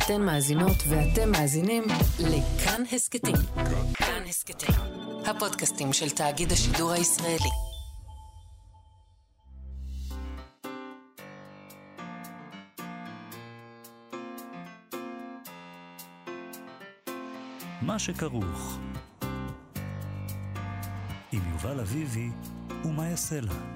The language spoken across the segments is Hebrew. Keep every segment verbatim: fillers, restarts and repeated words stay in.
אתן מאזינות ואתם מאזינים לכאן הסקטים. כאן הסקטים, הפודקאסטים של תאגיד השידור הישראלי. מה שכרוך עם יובל אביבי ומה יעשה לה.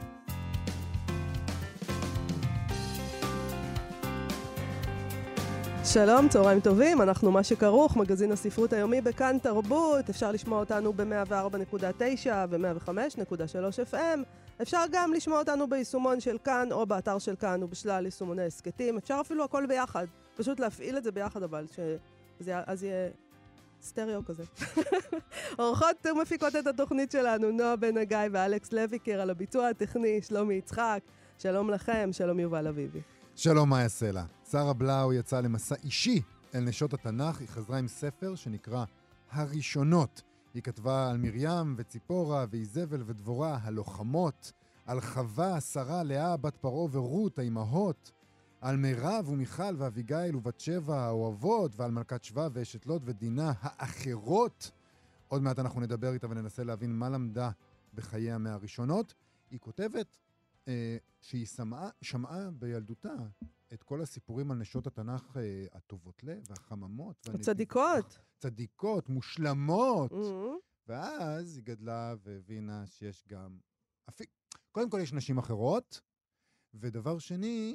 שלום, צהריים טובים, אנחנו מה שכרוך, מגזין הספרות היומי בכאן תרבות. אפשר לשמוע אותנו ב-מאה וארבע נקודה תשע ו-מאה וחמש נקודה שלוש אף אם. אפשר גם לשמוע אותנו ביישומון של כאן או באתר של כאן ובשלל יישומוני הסקטים. אפשר אפילו הכל ביחד, פשוט להפעיל את זה ביחד, אבל שאז יהיה סטריאו כזה. אורחות ומפיקות את התוכנית שלנו, נועה בן הגיא ואלכס לויקר, על הביצוע הטכני, שלומי יצחק. שלום לכם, שלום יובל אביבי. שלום, מה יעשה לה? שרה בלאו יצאה למסע אישי אל נשות התנ"ך. היא חזרה עם ספר שנקרא הראשונות. היא כתבה על מרים וציפורה ואיזבל ודבורה, הלוחמות, על חווה, שרה, לאה, בת פרעה ורות, האימהות, על מירב ומיכל ואביגיל ובת שבע, האוהבות, ועל מלכת שבא ואשת לוט ודינה, האחרות. עוד מעט אנחנו נדבר איתה וננסה להבין מה למדה בחייה מהראשונות. היא כותבת אה, שהיא שמעה, שמעה בילדותה את כל הסיפורים על נשות התנ"ך אה, הטובות לב והחממות. צדיקות. צדיקות, מושלמות. Mm-hmm. ואז היא גדלה והבינה שיש גם... אפי... קודם כל יש נשים אחרות, ודבר שני,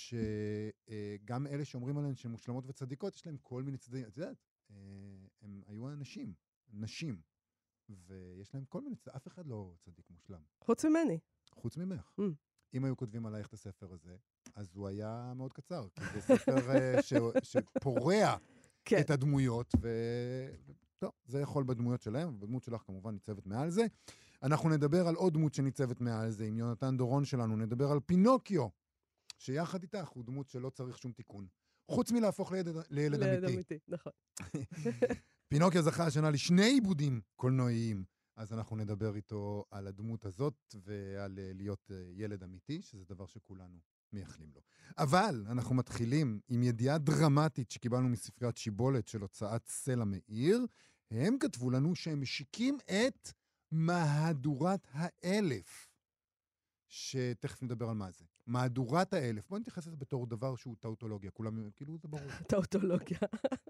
שגם אלה שאומרים עליהן שהן מושלמות וצדיקות, יש להם כל מיני צדדים. את יודעת, הם היו אנשים, נשים, ויש להם כל מיני צדדים. אף אחד לא צדיק מושלם. חוץ ממני. חוץ ממך. Mm. אם היו כותבים עלייך את הספר הזה, אז הוא היה מאוד קצר, כי זה ספר ש... שפורע כן. את הדמויות, ו... טוב, זה יכול בדמויות שלהם, ובדמות שלך כמובן ניצבת מעל זה. אנחנו נדבר על עוד דמות שניצבת מעל זה, עם יונתן דורון שלנו, נדבר על פינוקיו, שיחד איתך הוא דמות שלא צריך שום תיקון. חוץ מלהפוך לילד, לילד אמיתי. לילד אמיתי, נכון. פינוקיו זכה השנה לשני עיבודים קולנועיים, אז אנחנו נדבר איתו על הדמות הזאת ועל להיות ילד אמיתי, שזה דבר שכולנו מייחלים לו. אבל אנחנו מתחילים עם ידיעה דרמטית שקיבלנו מספריית שיבולת של הוצאת סלע מאיר. הם כתבו לנו שהם משיקים את מהדורת האלף, שתכף נדבר על מה זה. מהדורת האלף. בואו נתייחס לזה בתור דבר שהוא טאוטולוגיה. כולם, כאילו זה ברור. טאוטולוגיה.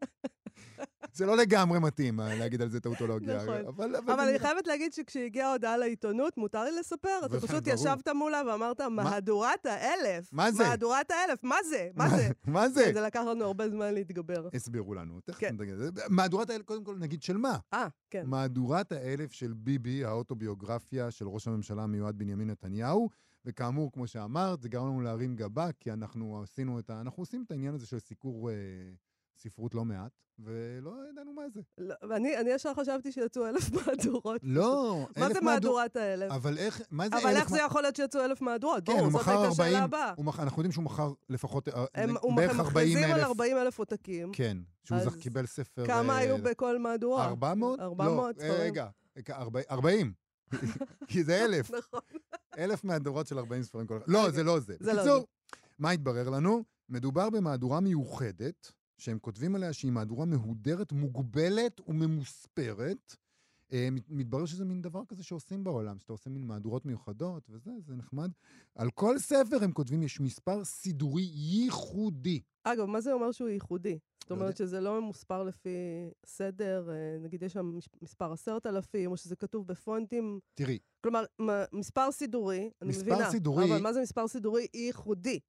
זה לא לגמרי מתאים להגיד על זה טאוטולוגיה. נכון. אבל, אבל, אבל אני חייבת להגיד שכשהגיעה הודעה לעיתונות, מותר לי לספר, אתה פשוט ישבת מולה ואמרת, מהדורת האלף. מה זה? מהדורת האלף, מה זה? מה זה? מה זה? זה לקח לנו הרבה זמן להתגבר. הסבירו לנו. תכף נגיד. מהדורת האלף, קודם כל נגיד של מה? אה, כן. מהדורת האלף של ביבי, האוטוביוגרפיה של ראש הממשלה המיועד בנימין נתניהו, וכאמור, כמו שאמרת, זה גרם לנו להרים גבה, כי אנחנו עשינו את ה... אנחנו עושים את העניין הזה של סיקור... ספרות לא מעט, ולא ידענו מה זה. ואני ישר חשבתי שיצאו אלף מהדורות. לא, אלף מה זה מהדורת האלף? אבל איך, מה זה אלף? אבל איך זה יכול להיות שיצאו אלף מהדורות? כן, הוא מכר ארבעים, אנחנו יודעים שהוא מכר לפחות בערך ארבעים אלף. הם מכריזים על ארבעים אלף עותקים. כן, שהוא קיבל ספר... כמה היו בכל מהדורה? ארבע מאות? ארבע מאות ספרים. רגע, ארבעים. כי זה אלף. נכון. אלף מהדורות של ארבעים ספרים. לא, זה לא זה. בקיצור, מה התברר לנו? מדובר במהדורה מיוחדת, שהם כותבים עליה שהיא מהדורה מהודרת, מוגבלת וממוספרת. מתברר שזה מין דבר כזה שעושים בעולם, שאתה עושה מין מהדורות מיוחדות, וזה, זה נחמד. על כל ספר הם כותבים, יש מספר סידורי ייחודי. אגב, מה זה אומר שהוא ייחודי? זאת אומרת שזה לא ממוספר לפי סדר, נגיד יש שם מספר עשרת אלפים, או שזה כתוב בפונטים. תראי. כלומר, מספר סידורי, אני מספר מבינה. סידורי... אבל מה זה מספר סידורי ייחודי?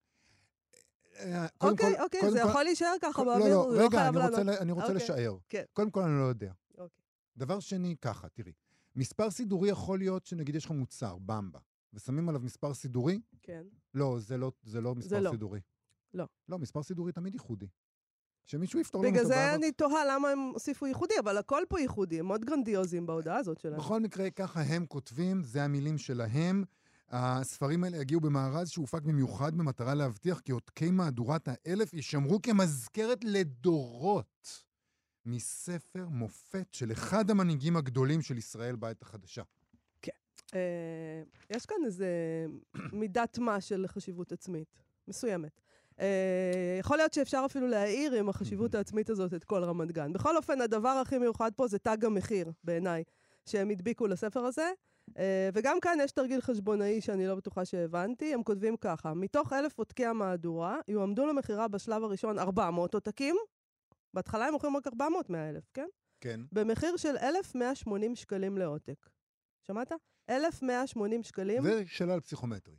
אוקיי, אוקיי, זה יכול להישאר ככה באוויר. לא, לא, רגע, אני רוצה לשער. כן. קודם כל אני לא יודע. אוקיי. דבר שני, ככה, תראי. מספר סידורי יכול להיות שנגיד יש לך מוצר, במבה, ושמים עליו מספר סידורי? כן. לא, זה לא מספר סידורי. לא. לא, מספר סידורי תמיד ייחודי. שמישהו יפתור לנו את בגלל הבעיה. זה אני תוהה למה הם הוסיפו ייחודי, אבל הכל פה ייחודי, הם מאוד גרנדיוזיים בהודעה הזאת שלהם. בכל מקרה, ככה הם כותבים, זה המילים שלהם. הספרים האלה הגיעו במארז שהופק במיוחד במטרה להבטיח כי עותקי מהדורת האלף ישמרו כמזכרת לדורות מספר מופת של אחד המנהיגים הגדולים של ישראל בעת החדשה. כן. יש כאן איזה מידת מה של חשיבות עצמית מסוימת. אה, יכול להיות שאפשר אפילו להעיר עם החשיבות העצמית הזאת את כל רמת גן. בכל אופן, הדבר הכי מיוחד פה זה תג המחיר, בעיניי, שהם הדביקו לספר הזה. אה, וגם כאן יש תרגיל חשבונאי שאני לא בטוחה שהבנתי. הם כותבים ככה, מתוך אלף עותקי המהדורה, יועמדו למחירה בשלב הראשון ארבע מאות עותקים. בהתחלה הם מוכרים רק ארבע מאות מהאלף, כן? כן. במחיר של אלף מאה ושמונים שקלים לעותק. שמעת? אלף מאה ושמונים שקלים. זה שאלה על פסיכומטרי.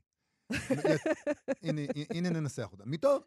הנה, הנה ננסח אותה. מתוך,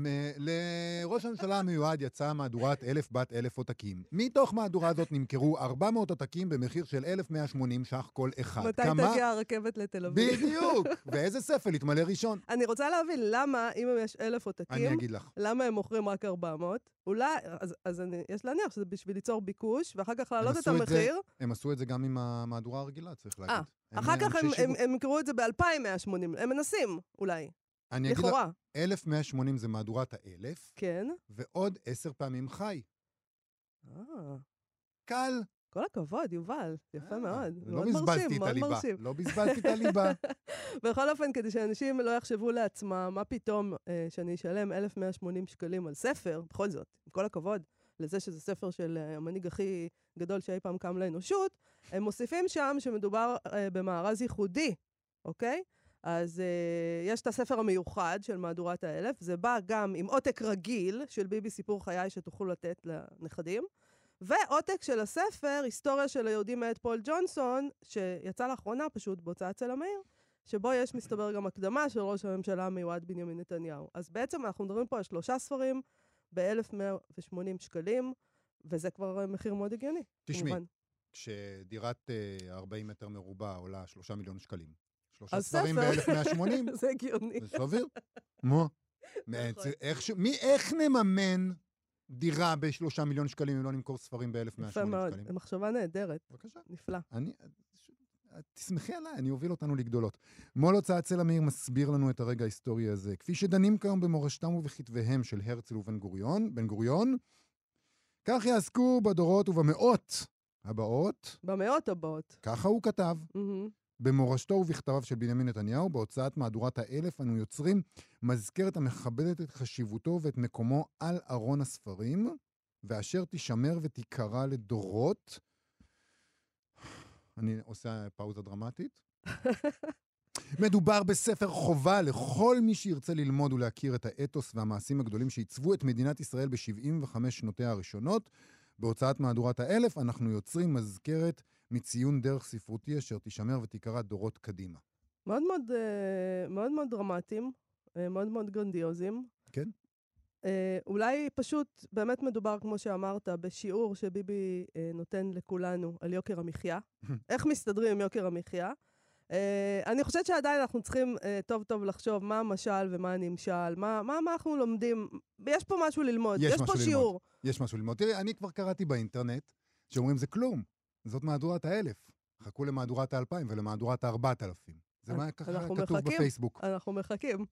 לראש הממשלה המיועד יצאה מהדורת אלף בת אלף עותקים. מתוך מהדורה הזאת נמכרו ארבע מאות עותקים במחיר של אלף מאה ושמונים ש"ח כל אחד. מתי תגיע הרכבת לתל אביב? בדיוק! ואיזה ספר יתמלא ראשון? אני רוצה להבין למה, אם יש אלף עותקים, אני אגיד לך. למה הם מוכרים רק ארבע מאות? אולי, אז, אז אני, יש להניח שזה בשביל ליצור ביקוש, ואחר כך להעלות את המחיר. זה, הם עשו את זה גם עם המהדורה הרגילה, צריך להגיד. 아, אחר כך הם, הם, הם יקראו את זה ב-אלפיים מאה ושמונים. הם מנסים, אולי. אני לכאורה. אגיד לך, אלף מאה ושמונים זה מהדורת האלף. כן. ועוד עשר פעמים חי. אה. קל. כל הכבוד, יובל. יפה מאוד. לא בזבזתי את הליבה. לא בזבזתי את הליבה. בכל אופן, כדי שאנשים לא יחשבו לעצמם, מה פתאום אה, שאני אשלם אלף מאה ושמונים שקלים על ספר, בכל זאת, עם כל הכבוד, לזה שזה ספר של אה, המנהיג הכי גדול שאי פעם קם לאנושות, הם מוסיפים שם שמדובר אה, במארז ייחודי, אוקיי? אז אה, יש את הספר המיוחד של מהדורת האלף, זה בא גם עם עותק רגיל של ביבי סיפור חיי שתוכלו לתת לנכדים, ועותק של הספר, היסטוריה של היהודים מאת פול ג'ונסון, שיצא לאחרונה פשוט בהוצאת צלם מאיר, שבו יש מסתבר גם הקדמה של ראש הממשלה המיועד בנימין נתניהו. אז בעצם אנחנו מדברים פה על שלושה ספרים ב-אלף מאה ושמונים שקלים, וזה כבר מחיר מאוד הגיוני. תשמעי, כשדירת ארבעים מטר מרובע עולה שלושה מיליון שקלים, שלושה אז ספרים ספר. ב-אלף מאה ושמונים, זה הגיוני. זה סביר? מה? מי, איך נממן דירה בשלושה מיליון שקלים אם לא נמכור ספרים ב-אלף מאה ושמונים שקלים? יפה מאוד, מחשבה נהדרת. בבקשה. נפלא. אני, תשמחי עליי, אני אוביל אותנו לגדולות. מול הוצאת צלם מאיר מסביר לנו את הרגע ההיסטורי הזה. כפי שדנים כיום במורשתם ובכתביהם של הרצל ובן גוריון, בן גוריון, כך יעסקו בדורות ובמאות הבאות. במאות הבאות. ככה הוא כתב. Mm-hmm. במורשתו ובכתביו של בנימין נתניהו, בהוצאת מהדורת האלף, אנו יוצרים מזכרת המכבדת את חשיבותו ואת מקומו על ארון הספרים, ואשר תשמר ותיקרא לדורות. אני עושה פאוזה דרמטית. מדובר בספר חובה לכל מי שירצה ללמוד ולהכיר את האתוס והמעשים הגדולים שעיצבו את מדינת ישראל ב-שבעים וחמש שנותיה הראשונות. בהוצאת מהדורת האלף אנחנו יוצרים מזכרת מציון דרך ספרותי אשר תשמר ותיקרא דורות קדימה. מאוד מאוד, מאוד מאוד דרמטיים, מאוד מאוד גרנדיוזיים. כן. אולי פשוט באמת מדובר, כמו שאמרת, בשיעור שביבי נותן לכולנו על יוקר המחיה. איך מסתדרים עם יוקר המחיה? אני חושבת שעדיין אנחנו צריכים טוב טוב לחשוב מה המשל ומה הנמשל, מה, מה, מה אנחנו לומדים. יש פה משהו ללמוד, יש, יש פה שיעור. ללמוד. יש משהו ללמוד. תראי, אני כבר קראתי באינטרנט שאומרים זה כלום. זאת מהדורת האלף. חכו למהדורת האלפיים ולמהדורת הארבעת אלפים. זה מה ככה כתוב מחכים, בפייסבוק. אנחנו מחכים.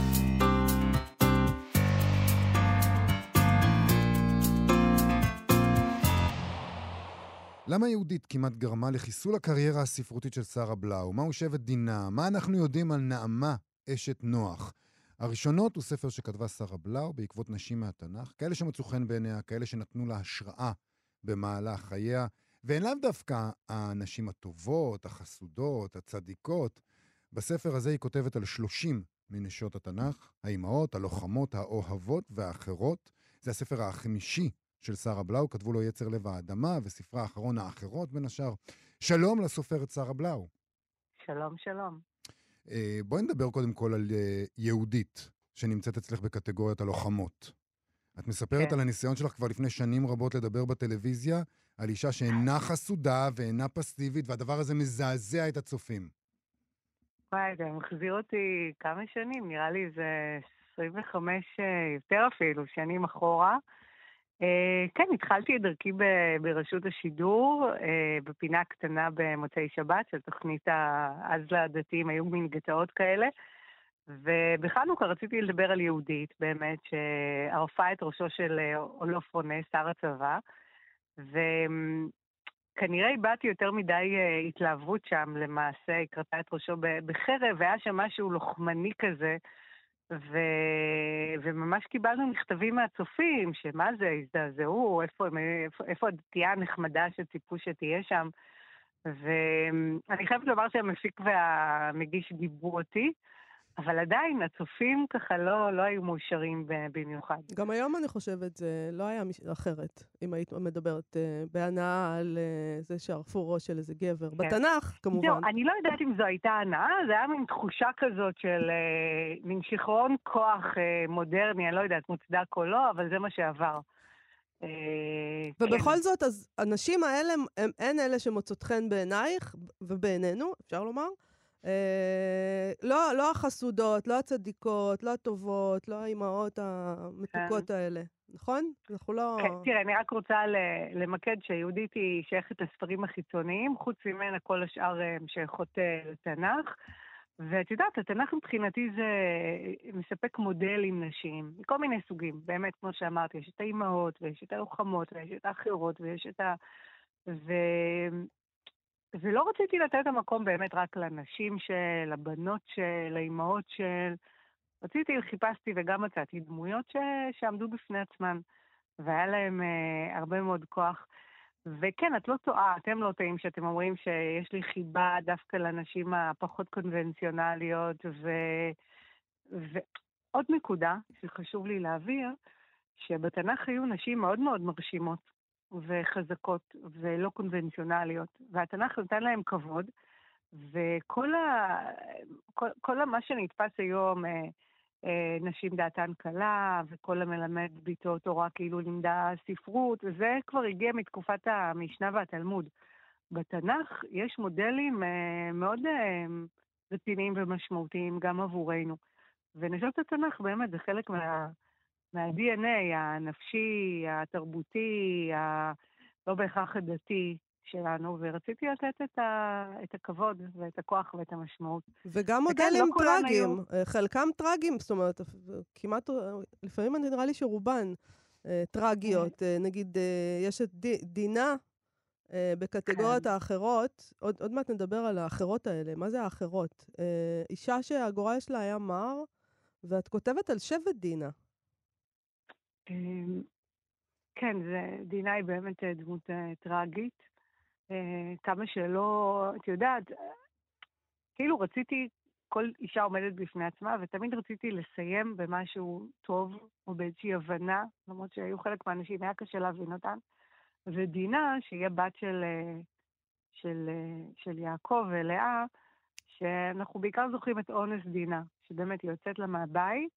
למה יהודית כמעט גרמה לחיסול הקריירה הספרותית של שרה בלאו? מהו שבט דינה? מה אנחנו יודעים על נעמה אשת נוח? הראשונות הוא ספר שכתבה שרה בלאו בעקבות נשים מהתנ"ך, כאלה שמצאו חן בעיניה, כאלה שנתנו לה השראה במהלך חייה, והן לאו דווקא הנשים הטובות, החסודות, הצדיקות. בספר הזה היא כותבת על שלושים מנשות התנ"ך, האימהות, הלוחמות, האוהבות והאחרות. זה הספר החמישי של שרה בלאו, כתבו לו יצר לב האדמה, וספרה האחרון האחרות בין השאר. שלום לסופרת שרה בלאו. שלום, שלום. אה, בואי נדבר קודם כל על אה, יהודית, שנמצאת אצלך בקטגוריית הלוחמות. את מספרת כן. על הניסיון שלך כבר לפני שנים רבות לדבר בטלוויזיה, על אישה שאינה חסודה ואינה פסיבית, והדבר הזה מזעזע את הצופים. וואי, זה מחזיר אותי כמה שנים, נראה לי זה עשרים וחמש יותר אפילו, שנים אחורה. כן, התחלתי את דרכי ברשות השידור, בפינה קטנה במוצאי שבת, של תוכנית אז לדתיים, היו מין גטאות כאלה, ובחנוכה רציתי לדבר על יהודית, באמת, שערפה את ראשו של אולוף רונה, שר הצבא, וכנראה איבדתי יותר מדי התלהבות שם, למעשה, היא קרתה את ראשו בחרב, והיה שם משהו לוחמני כזה, ו... וממש קיבלנו מכתבים מהצופים, שמה זה, הזדעזעו, איפה, איפה, איפה הדתייה הנחמדה שציפו שתהיה שם. ואני חייבת לומר שהמפיק והמגיש דיברו אותי, אבל עדיין הצופים ככה לא, לא היו מאושרים במיוחד. גם היום אני חושבת זה לא היה אחרת, אם היית מדברת בהנאה על זה שערפו ראש של איזה גבר. כן. בתנ"ך, כמובן. זהו, אני לא יודעת אם זו הייתה הנאה, זה היה מין תחושה כזאת של מין שכרון כוח מודרני, אני לא יודעת, מוצדק או לא, אבל זה מה שעבר. ובכל זאת, אז הנשים האלה, הם, הן אלה שמוצאות חן בעינייך ובעינינו, אפשר לומר, אה, לא, לא החסודות, לא הצדיקות, לא הטובות, לא האימהות המתוקות האלה, נכון? אנחנו לא... כן, תראה, אני רק רוצה למקד שיהודית היא שייכת לספרים החיצוניים, חוץ ממנה כל השאר שייכות לתנ"ך, ואת יודעת, התנ"ך מבחינתי זה מספק מודלים נשים, מכל מיני סוגים, באמת, כמו שאמרתי, יש את האימהות, ויש את הלוחמות, ויש את האחרות, ויש את ה... ו... ולא רציתי לתת את המקום באמת רק לנשים של, לבנות של, לאימהות של... רציתי, חיפשתי וגם מצאתי דמויות ש... שעמדו בפני עצמן, והיה להם אה, הרבה מאוד כוח. וכן, את לא טועה, אתם לא טועים שאתם אומרים שיש לי חיבה דווקא לנשים הפחות קונבנציונליות, ו... ועוד נקודה שחשוב לי להעביר, שבתנ"ך היו נשים מאוד מאוד מרשימות וחזקות ולא קונבנציונליות, והתנ"ך נתן להם כבוד, וכל ה... כל, כל מה שנתפס היום, אה, אה, נשים דעתן קלה, וכל המלמד ביתו תורה כאילו לימדה ספרות, וזה כבר הגיע מתקופת המשנה והתלמוד. בתנ"ך יש מודלים אה, מאוד אה, רציניים ומשמעותיים גם עבורנו. ונשות התנ"ך באמת זה חלק מה, מה-די אן איי הנפשי, התרבותי, ה... לא בהכרח הדתי שלנו, ורציתי לתת את, ה... את הכבוד ואת הכוח ואת המשמעות. וגם מודלים לא טרגיים, היו... חלקם טרגיים, זאת אומרת, כמעט, לפעמים אני נראה לי שרובן טרגיות, נגיד יש את ד... דינה, בקטגוריות כן. האחרות, עוד, עוד מעט נדבר על האחרות האלה, מה זה האחרות? אישה שהגורל שלה היה מר, ואת כותבת על שבט דינה. כן, זה, דינה היא באמת דמות טרגית. כמה שלא, את יודעת, כאילו רציתי, כל אישה עומדת בפני עצמה, ותמיד רציתי לסיים במשהו טוב, או באיזושהי הבנה, למרות שהיו חלק מהאנשים, היה קשה להבין אותן. ודינה, שהיא הבת של, של, של יעקב ולאה, שאנחנו בעיקר זוכרים את אונס דינה, שבאמת היא יוצאת לה מהבית,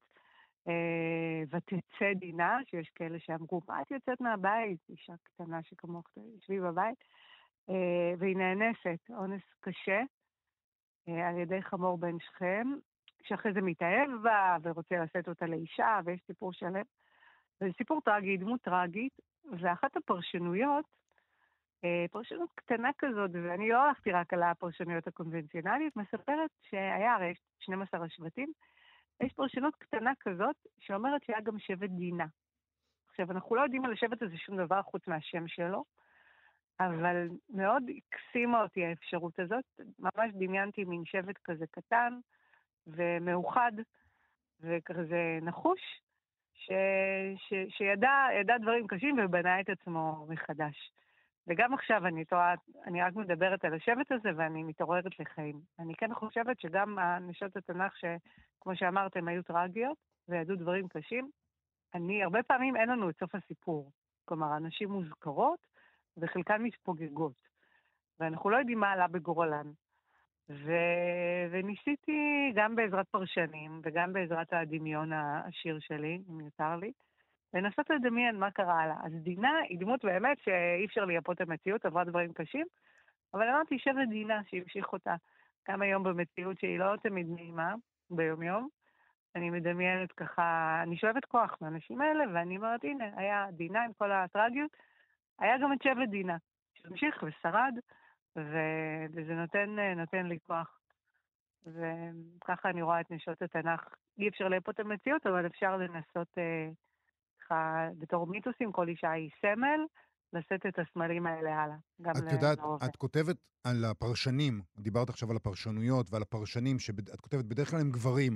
ותצא דינה, שיש כאלה שאמרו, מה את יוצאת מהבית? אישה קטנה שכמוך יושבי בבית, והיא נאנסת, אונס קשה, על ידי חמור בן שכם, שאחרי זה מתאהב בה, ורוצה לשאת אותה לאישה, ויש סיפור שלם. וזה סיפור טרגי, דמות טרגית, ואחת הפרשנויות, פרשנות קטנה כזאת, ואני לא הלכתי רק על הפרשנויות הקונבנציונליות, מספרת שהיה הרי שנים עשר השבטים, יש פרשנות קטנה כזאת שאומרת שהיה גם שבט דינה. עכשיו, אנחנו לא יודעים על השבט הזה שום דבר חוץ מהשם שלו, אבל מאוד הקסימה אותי האפשרות הזאת. ממש דמיינתי מין שבט כזה קטן ומאוחד וכזה נחוש, ש... ש... שידע ידע דברים קשים ובנה את עצמו מחדש. וגם עכשיו אני, תועה, אני רק מדברת על השבט הזה ואני מתעוררת לחיים. אני כן חושבת שגם הנשות התנ"ך שכמו שאמרתם היו טרגיות וידעו דברים קשים, אני, הרבה פעמים אין לנו את סוף הסיפור. כלומר, אנשים מוזכרות וחלקן מתפוגגות. ואנחנו לא יודעים מה עלה בגורלן. ו... וניסיתי גם בעזרת פרשנים וגם בעזרת הדמיון העשיר שלי, אם יותר לי, לנסות לדמיין מה קרה לה. אז דינה היא דמות באמת שאי אפשר לייפות את המציאות, עברה דברים קשים, אבל אמרתי שבט דינה שהמשיך אותה גם היום במציאות שהיא לא תמיד נעימה ביום יום. אני מדמיינת ככה, אני שואבת כוח מהאנשים האלה, ואני אומרת, הנה, היה דינה עם כל הטרגיות, היה גם את שבט דינה, שהמשיך ושרד, ו- וזה נותן, נותן לי כוח. וככה אני רואה את נשות התנ"ך. אי אפשר לייפות את המציאות, אבל אפשר לנסות ככה, בתור מיתוסים, כל אישה היא סמל, לשאת את הסמלים האלה הלאה. את יודעת, את כותבת על הפרשנים, דיברת עכשיו על הפרשנויות ועל הפרשנים, שאת כותבת בדרך כלל הם גברים,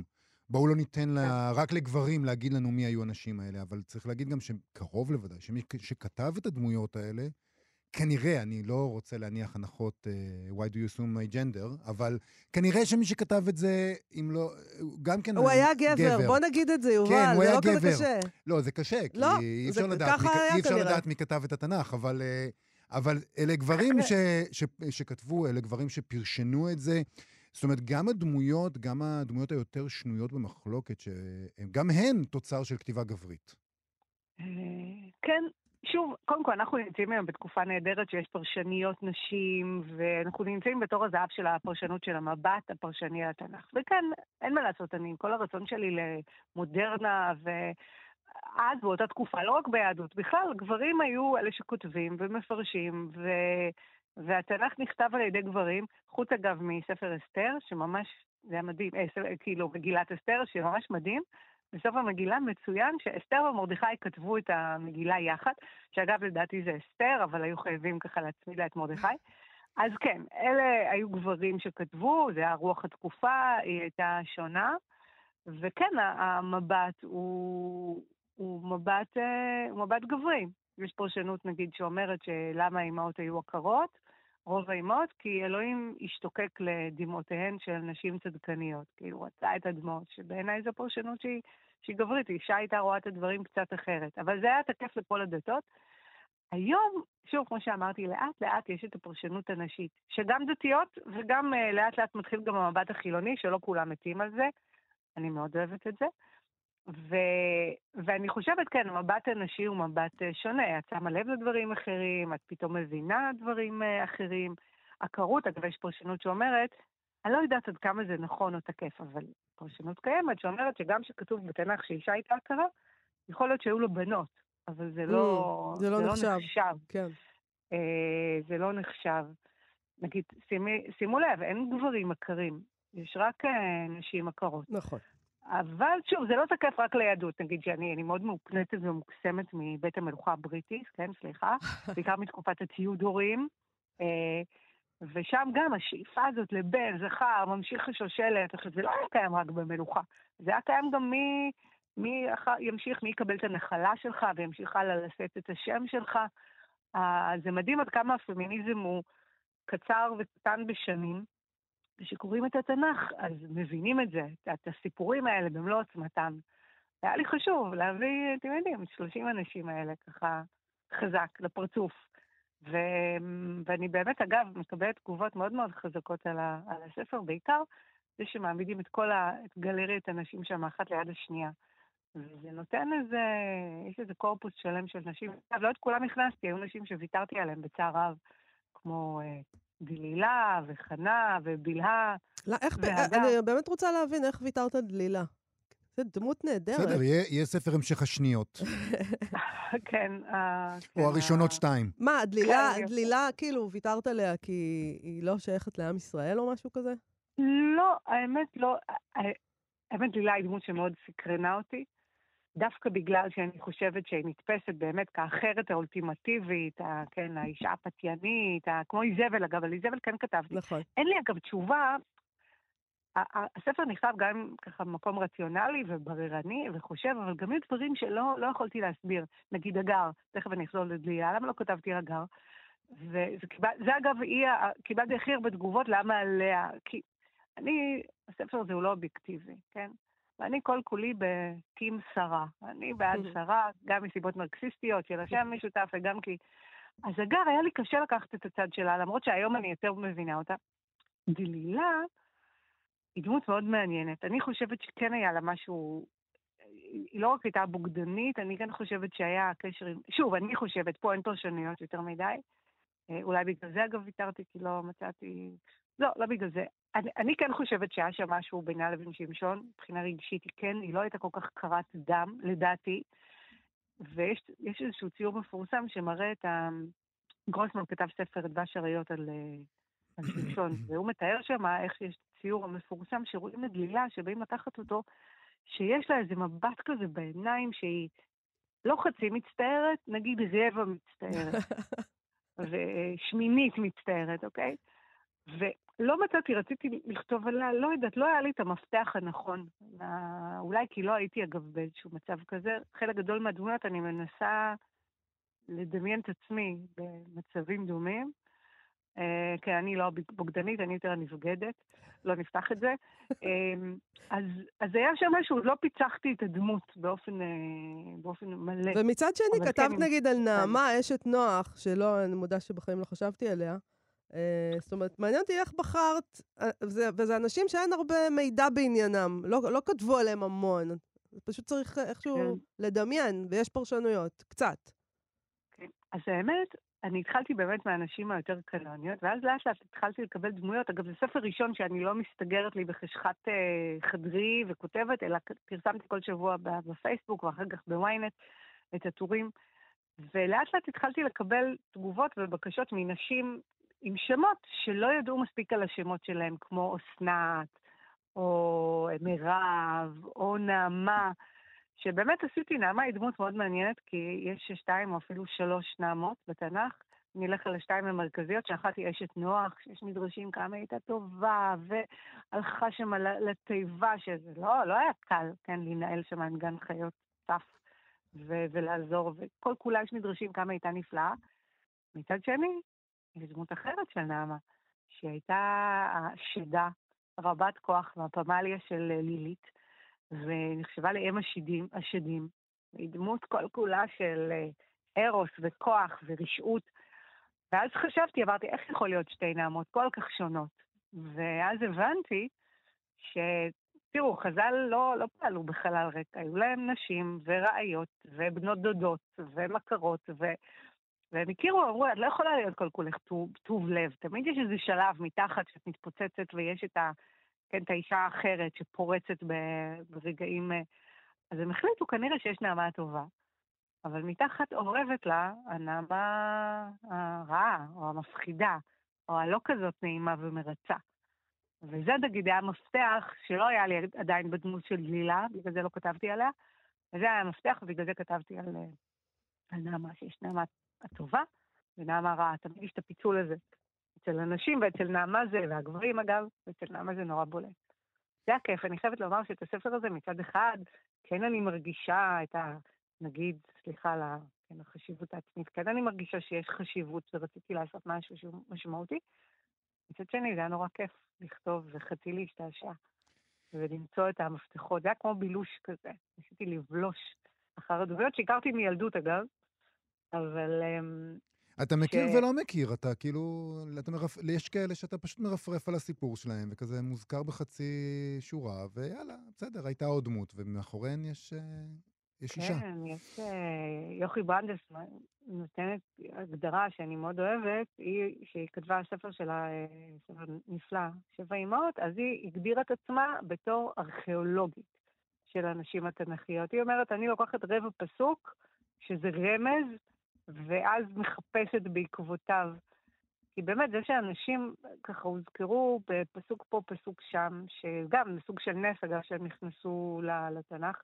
בואו לא ניתן לה, רק לגברים להגיד לנו מי היו האנשים האלה, אבל צריך להגיד גם שקרוב לוודאי, שמי שכתב את הדמויות האלה, כנראה, אני לא רוצה להניח הנחות uh, why do you assume my gender, אבל כנראה שמי שכתב את זה, אם לא, גם כן הוא היה גבר. גבר, בוא נגיד את זה, יובל, כן, זה לא גבר. כזה קשה. לא, זה קשה, כי לא, אי זה אפשר, לדעת, מי, היה אי אפשר כנראה. לדעת מי כתב את התנ"ך, אבל, אבל אלה גברים ש, ש, שכתבו, אלה גברים שפרשנו את זה, זאת אומרת, גם הדמויות, גם הדמויות היותר שנויות במחלוקת, שגם הן תוצר של כתיבה גברית. כן. שוב, קודם כל, אנחנו נמצאים היום בתקופה נהדרת שיש פרשניות נשים, ואנחנו נמצאים בתור הזהב של הפרשנות של המבט הפרשני על התנ"ך. וכן, אין מה לעשות, אני עם כל הרצון שלי למודרנה, ואז באותה תקופה, לא רק ביהדות, בכלל, גברים היו אלה שכותבים ומפרשים, ו... והתנ"ך נכתב על ידי גברים, חוץ אגב מספר אסתר, שממש, זה היה מדהים, אה, כאילו, מגילת אסתר, שממש מדהים, בסוף המגילה מצוין שאסתר ומרדכי כתבו את המגילה יחד, שאגב לדעתי זה אסתר, אבל היו חייבים ככה להצמיד לה את מרדכי. אז כן, אלה היו גברים שכתבו, זה היה רוח התקופה, היא הייתה שונה, וכן, המבט הוא, הוא מבט, הוא מבט גברי. יש פרשנות נגיד שאומרת שלמה האימהות היו עקרות, רוב האימהות, כי אלוהים השתוקק לדמעותיהן של נשים צדקניות, כי הוא רצה את הדמעות, שבעיניי זו פרשנות שהיא, שהיא גברית, אישה הייתה רואה את הדברים קצת אחרת, אבל זה היה תקף לכל הדתות. היום, שוב, כמו שאמרתי, לאט לאט יש את הפרשנות הנשית, שגם דתיות וגם uh, לאט לאט מתחיל גם המבט החילוני, שלא כולם מתים על זה, אני מאוד אוהבת את זה, ו... ואני חושבת, כן, המבט הנשי הוא מבט שונה, את שמה לב לדברים אחרים, את פתאום מבינה דברים אחרים, עקרות, אגב, יש פרשנות שאומרת, אני לא יודעת עד כמה זה נכון או תקף, אבל פרשנות קיימת שאומרת שגם שכתוב בתנ"ך שאישה הייתה עקרה, יכול להיות שהיו לו בנות, אבל זה לא, זה לא זה נחשב. לא נחשב. כן. אה, זה לא נחשב. נגיד, שימי, שימו לב, אין גברים עקרים, יש רק אה, נשים עקרות. נכון. אבל שוב, זה לא תקף רק ליהדות, נגיד שאני אני מאוד מאופנטת ומוקסמת מבית המלוכה הבריטית, כן, סליחה, בעיקר מתקופת התיודורים, ושם גם השאיפה הזאת לבן, זכר, ממשיך השושלת, זה לא היה קיים רק במלוכה, זה היה קיים גם מי, מי ימשיך, מי יקבל את הנחלה שלך, וימשיך הלאה לשאת את השם שלך. זה מדהים עד כמה הפמיניזם הוא קצר וקטן בשנים, ושקוראים את התנ"ך, אז מבינים את זה, את הסיפורים האלה במלוא עוצמתם. היה לי חשוב להביא, אתם יודעים, שלושים אנשים האלה ככה חזק לפרצוף. ו... ואני באמת, אגב, מקבלת תגובות מאוד מאוד חזקות על, ה... על הספר, בעיקר זה שמעמידים את כל ה... את גלריית הנשים שם אחת ליד השנייה. וזה נותן איזה, יש איזה קורפוס שלם של נשים. אבל לא את כולם הכנסתי, היו נשים שוויתרתי עליהם בצער רב, כמו דלילה וחנה ובלהה. לא, איך, אני באמת רוצה להבין איך ויתרת דלילה. זה דמות נהדרת. בסדר, יהיה ספר המשך השניות. כן. או הראשונות שתיים. מה, דלילה, כאילו, ויתרת עליה כי היא לא שייכת לעם ישראל או משהו כזה? לא, האמת לא. האמת, דלילה היא דמות שמאוד סקרנה אותי. דווקא בגלל שאני חושבת שהיא נתפסת באמת כאחרת האולטימטיבית, כן, האישה הפתיינית, כמו איזבל, אגב, על איזבל כן כתבתי. נכון. אין לי אגב תשובה, הספר נכתב גם ככה במקום רציונלי ובררני וחושב, אבל גם היו דברים שלא לא יכולתי להסביר. נגיד אגר, תכף אני אחזור לדלילה, למה לא כתבתי אגר? וזה זה אגב, היא, קיבלתי הכי הרבה תגובות למה עליה, כי אני, הספר הזה הוא לא אובייקטיבי, כן? ואני כל כולי בטים שרה. אני בעד שרה, גם מסיבות מרקסיסטיות של השם משותף, וגם כי... אז אגר, היה לי קשה לקחת את הצד שלה, למרות שהיום אני יותר מבינה אותה. דלילה היא דמות מאוד מעניינת. אני חושבת שכן היה לה משהו... היא לא רק הייתה בוגדנית, אני כן חושבת שהיה קשר עם... שוב, אני חושבת, פה אין פרשנויות יותר מדי. אולי בגלל זה אגב ויתרתי, כי לא מצאתי... לא, לא בגלל זה. אני, אני כן חושבת שהיה שם משהו בינה לבין שמשון, מבחינה רגשית היא כן, היא לא הייתה כל כך קרת דם, לדעתי, ויש יש איזשהו ציור מפורסם שמראה את ה... גרוסמן כתב ספר דבש אריות על, על שמשון, והוא מתאר שם איך יש ציור המפורסם שרואים את דלילה, שבאים לקחת אותו, שיש לה איזה מבט כזה בעיניים שהיא לא חצי מצטערת, נגיד רבע מצטערת, ושמינית מצטערת, אוקיי? ולא מצאתי, רציתי לכתוב עליה, לא יודעת, לא היה לי את המפתח הנכון. אולי כי לא הייתי אגב באיזשהו מצב כזה. חלק גדול מהדמויות אני מנסה לדמיין את עצמי במצבים דומים. כי אני לא בוגדנית, אני יותר נבגדת, לא נפתח את זה. אז, אז היה שם משהו, לא פיצחתי את הדמות באופן, באופן מלא. ומצד שני, כתבת כן, נגיד על נעמה, אשת נוח, שלא, אני מודה שבחיים לא חשבתי עליה. זאת אומרת, מעניין אותי איך בחרת, וזה, וזה אנשים שאין הרבה מידע בעניינם, לא, לא כתבו עליהם המון. פשוט צריך איכשהו כן. לדמיין, ויש פרשנויות, קצת. כן. אז האמת, אני התחלתי באמת מהאנשים היותר קנוניות, ואז לאט לאט התחלתי לקבל דמויות. אגב, זה ספר ראשון שאני לא מסתגרת לי בחשכת אה, חדרי וכותבת, אלא פרסמתי כל שבוע בפייסבוק, ואחר כך בוויינט את הטורים. ולאט לאט התחלתי לקבל תגובות ובקשות מנשים עם שמות שלא ידעו מספיק על השמות שלהם, כמו אסנת, או מירב, או נעמה, שבאמת עשיתי, נעמה היא דמות מאוד מעניינת, כי יש שתיים או אפילו שלוש נעמות בתנ"ך. נלך על השתיים המרכזיות, שאחת היא אשת נוח, שיש מדרשים כמה הייתה טובה, והלכה שם לתיבה, שזה לא, לא היה קל, כן, לנהל שם עם גן חיות צף ו- ולעזור, וכל כולה יש מדרשים כמה הייתה נפלאה. מצד שני, יש דמות אחרת של נעמה, שהייתה השדה, רבת כוח, והפמליה של לילית, ונחשבה לאם השדים, השדים. היא דמות כל כולה של ארוס וכוח ורשעות. ואז חשבתי, אמרתי, איך יכול להיות שתי נעמות כל כך שונות? ואז הבנתי שתראו, חז"ל לא, לא פעלו בחלל ריק, היו להם נשים ורעיות ובנות דודות ומכרות, ו... והם הכירו, אמרו, את לא יכולה להיות כל כולך טוב, טוב לב. תמיד יש איזה שלב מתחת שאת מתפוצצת ויש את ה... כן, את האישה האחרת שפורצת ברגעים, אז הם החליטו כנראה שיש נעמה טובה, אבל מתחת עורבת לה הנעמה הרעה, או המפחידה, או הלא כזאת נעימה ומרצה. וזה נגיד היה מפתח שלא היה לי עדיין בדמות של גלילה, בגלל זה לא כתבתי עליה, וזה היה המפתח, ובגלל זה כתבתי על, על נעמה, שיש נעמה הטובה ונעמה רעה. תמיד יש את הפיצול הזה. אצל אנשים ואצל נעמה זה, והגברים אגב, ואצל נעמה זה נורא בולט. זה הכיף, אני חייבת לומר שאת הספר הזה מצד אחד, כן אני מרגישה את ה... נגיד, סליחה על כן, החשיבות העצמית, כן אני מרגישה שיש חשיבות ורציתי לעשות משהו שהוא משמעותי. מצד שני, זה היה נורא כיף לכתוב וחצי להשתעשע ולמצוא את המפתחות. זה היה כמו בילוש כזה, ניסיתי לבלוש אחר הדוביות, שהכרתי מילדות אגב, אבל... אתה מכיר ש... ולא מכיר, אתה כאילו, אתה מרפ... יש כאלה שאתה פשוט מרפרף על הסיפור שלהם, וכזה מוזכר בחצי שורה, ויאללה, בסדר, הייתה עוד דמות, ומאחוריהן יש, יש כן, אישה. כן, יש יוכי ברנדס, נותנת הגדרה שאני מאוד אוהבת, היא, שהיא כתבה הספר שלה, ספר נפלא, שבע אמהות, אז היא הגדירה את עצמה בתור ארכיאולוגית של הנשים התנ"כיות. היא אומרת, אני לוקחת רבע פסוק, שזה רמז, ואז מחפשת בעקבותיו. כי באמת זה שאנשים ככה הוזכרו בפסוק פה, פסוק שם, שגם בסוג של נס, אגב, שהם נכנסו לתנ"ך,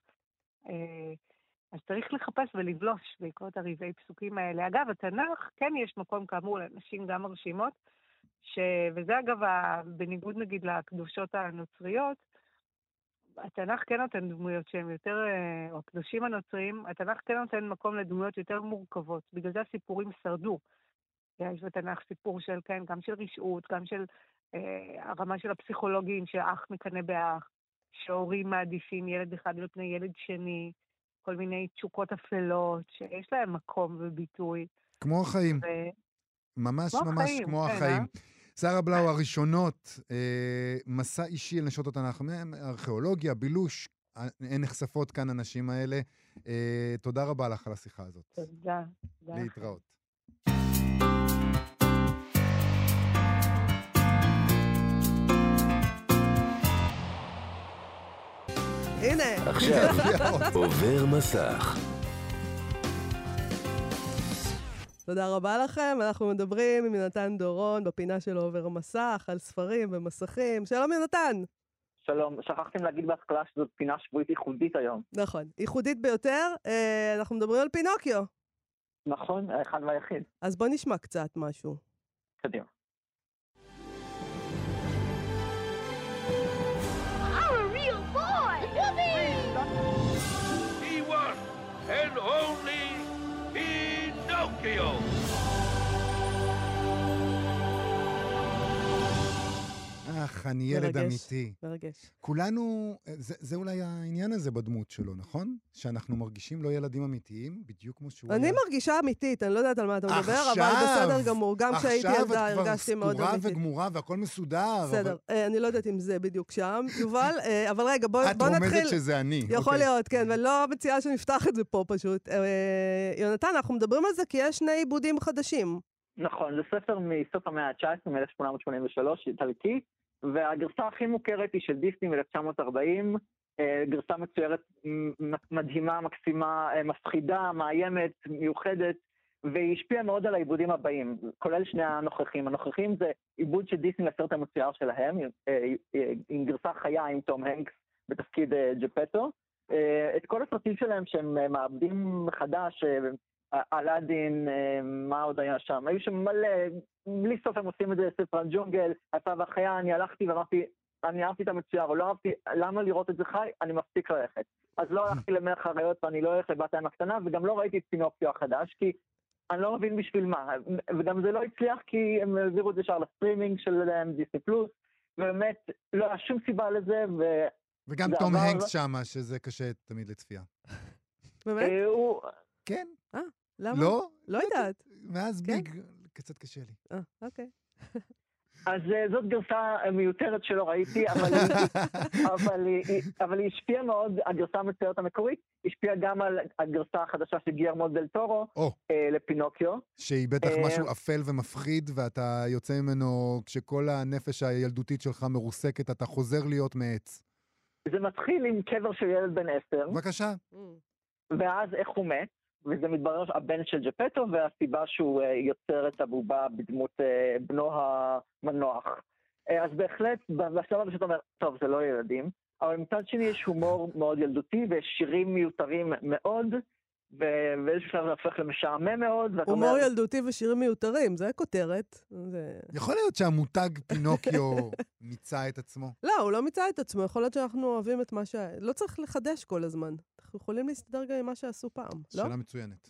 אז צריך לחפש ולבלוש בעקבות הרבעי פסוקים האלה. אגב, התנ"ך כן יש מקום כאמור לאנשים גם מרשימות, ש... וזה אגב, בניגוד נגיד לקדושות הנוצריות, התנ"ך כן נותן דמויות שהן יותר, או הקדושים הנוצריים, התנ"ך כן נותן מקום לדמויות יותר מורכבות, בגלל זה הסיפורים שרדו. יש בתנ"ך סיפור של, כן, גם של רשעות, גם של אה, הרמה של הפסיכולוגים, שאח מקנה באח, שהורים מעדיפים ילד אחד על פני ילד שני, כל מיני תשוקות אפלות, שיש להם מקום וביטוי. כמו החיים. ו... ממש כמו ממש החיים, כמו כן, החיים. אה? שרה בלאו, הראשונות, אה, מסע אישי על נשות התנ"ך, ארכיאולוגיה, בילוש, הן נחשפות כאן הנשים האלה. אה, תודה רבה לך על השיחה הזאת. תודה. תודה. להתראות. הנה. עכשיו, עובר מסך. תודה רבה לכם, אנחנו מדברים עם יונתן דורון בפינה של עובר מסך, על ספרים ומסכים. שלום יונתן. שלום, שכחתם להגיד בהתחלה שזאת פינה שבועית ייחודית היום. נכון, ייחודית ביותר, אנחנו מדברים על פינוקיו. נכון, האחד והיחיד. אז בוא נשמע קצת משהו. קדימה. and only Pinocchio. אך, אני ילד אמיתי. מרגש. כולנו, זה, זה אולי העניין הזה בדמות שלו, נכון? שאנחנו מרגישים לא ילדים אמיתיים, בדיוק כמו שהוא אני היה. מרגישה אמיתית, אני לא יודעת על מה אתה מדבר, עכשיו, אבל בסדר גמור. גם כשהייתי ילדה הרגשתי מאוד עכשיו את אמיתית. כבר סגורה וגמורה והכל מסודר. בסדר, אבל... אני לא יודעת אם זה בדיוק שם, יובל, אבל רגע, בוא נתחיל. את רומזת שזה אני. יכול להיות, כן, ולא מציעה שנפתח את זה פה פשוט. יונתן, אנחנו מדברים על זה כי יש שני עיבודים חדשים. נכון, זה ספר מסוף המאה ה-תשע עשרה, מ-אלף שמונה מאות שמונים ושלוש, איטלקי, והגרסה הכי מוכרת היא של דיסני מ-אלף תשע מאות ארבעים, גרסה מצוירת מדהימה, מקסימה, מפחידה, מאיימת, מיוחדת, והיא השפיעה מאוד על העיבודים הבאים, כולל שני הנוכחים. הנוכחים זה עיבוד של דיסני לסרט המצויר שלהם, עם גרסה חיה עם תום הנקס בתפקיד ג'פטו. את כל הסרטים שלהם שהם מעבדים מחדש, אלאדין, מה עוד היה שם? היו שם מלא, בלי סוף הם עושים את זה, ספר הג'ונגל, הצו החיה, אני הלכתי ואמרתי, אני אהבתי את המצויר, או לא אהבתי, למה לראות את זה חי? אני מפסיק ללכת. אז לא הלכתי למלך האריות ואני לא הולך לבת הים הקטנה, וגם לא ראיתי את פינוקיו החדש, כי אני לא מבין בשביל מה. וגם זה לא הצליח, כי הם העבירו את זה שער לסטרימינג של דיסני פלוס, ובאמת לא היה שום סיבה לזה, ו... וגם תום הנקס שמה, שזה קשה תמיד לצפייה. באמת? כן. אה, למה? לא? לא יודעת. מאז ביג, קצת קשה לי. אה, אוקיי. אז זאת גרסה מיותרת שלא ראיתי, אבל, אבל, אבל היא השפיעה מאוד, הגרסה המצוירת המקורית, השפיעה גם על הגרסה החדשה של גילרמו דל טורו, oh. אה, לפינוקיו. שהיא בטח משהו אפל ומפחיד, ואתה יוצא ממנו, כשכל הנפש הילדותית שלך מרוסקת, אתה חוזר להיות מעץ. זה מתחיל עם קבר של ילד בן עשר. בבקשה. ואז איך הוא מת? וזה מתברר הבן של ג'פטו, והסיבה שהוא יוצר את הבובה בדמות בנו המנוח. אז בהחלט, בשלב הזה שאתה אומר, טוב, זה לא ילדים, אבל מצד שני יש הומור מאוד ילדותי, ויש שירים מיותרים מאוד, ובאיזשהו שלב זה הופך למשעמם מאוד. הומור אומר... ילדותי ושירים מיותרים, זה כותרת. זה... יכול להיות שהמותג פינוקיו מיצה את עצמו. לא, הוא לא מיצה את עצמו, יכול להיות שאנחנו אוהבים את מה ש... לא צריך לחדש כל הזמן. אנחנו יכולים להסתדר גם עם מה שעשו פעם, לא? שאלה מצוינת.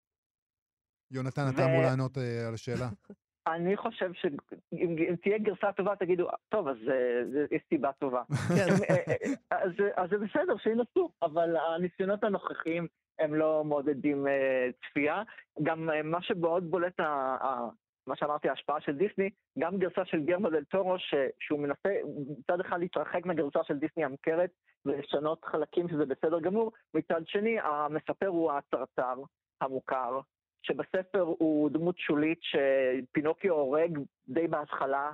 יונתן, אתה אמור לענות על השאלה. אני חושב שאם תהיה גרסה טובה, תגידו, טוב, אז יש סיבה טובה. אז זה בסדר, שינסו, אבל הניסיונות הנוכחיים הם לא מעודדים צפייה. גם מה שמאוד בולט, מה שאמרתי, ההשפעה של דיסני, גם גרסה של גילרמו דל טורו, שהוא מנסה מצד אחד להתרחק מהגרסה של דיסני המוכרת, ולשנות חלקים שזה בסדר גמור, מצד שני, המספר הוא הצרצר המוכר, שבספר הוא דמות שולית שפינוקיו הורג די בהתחלה,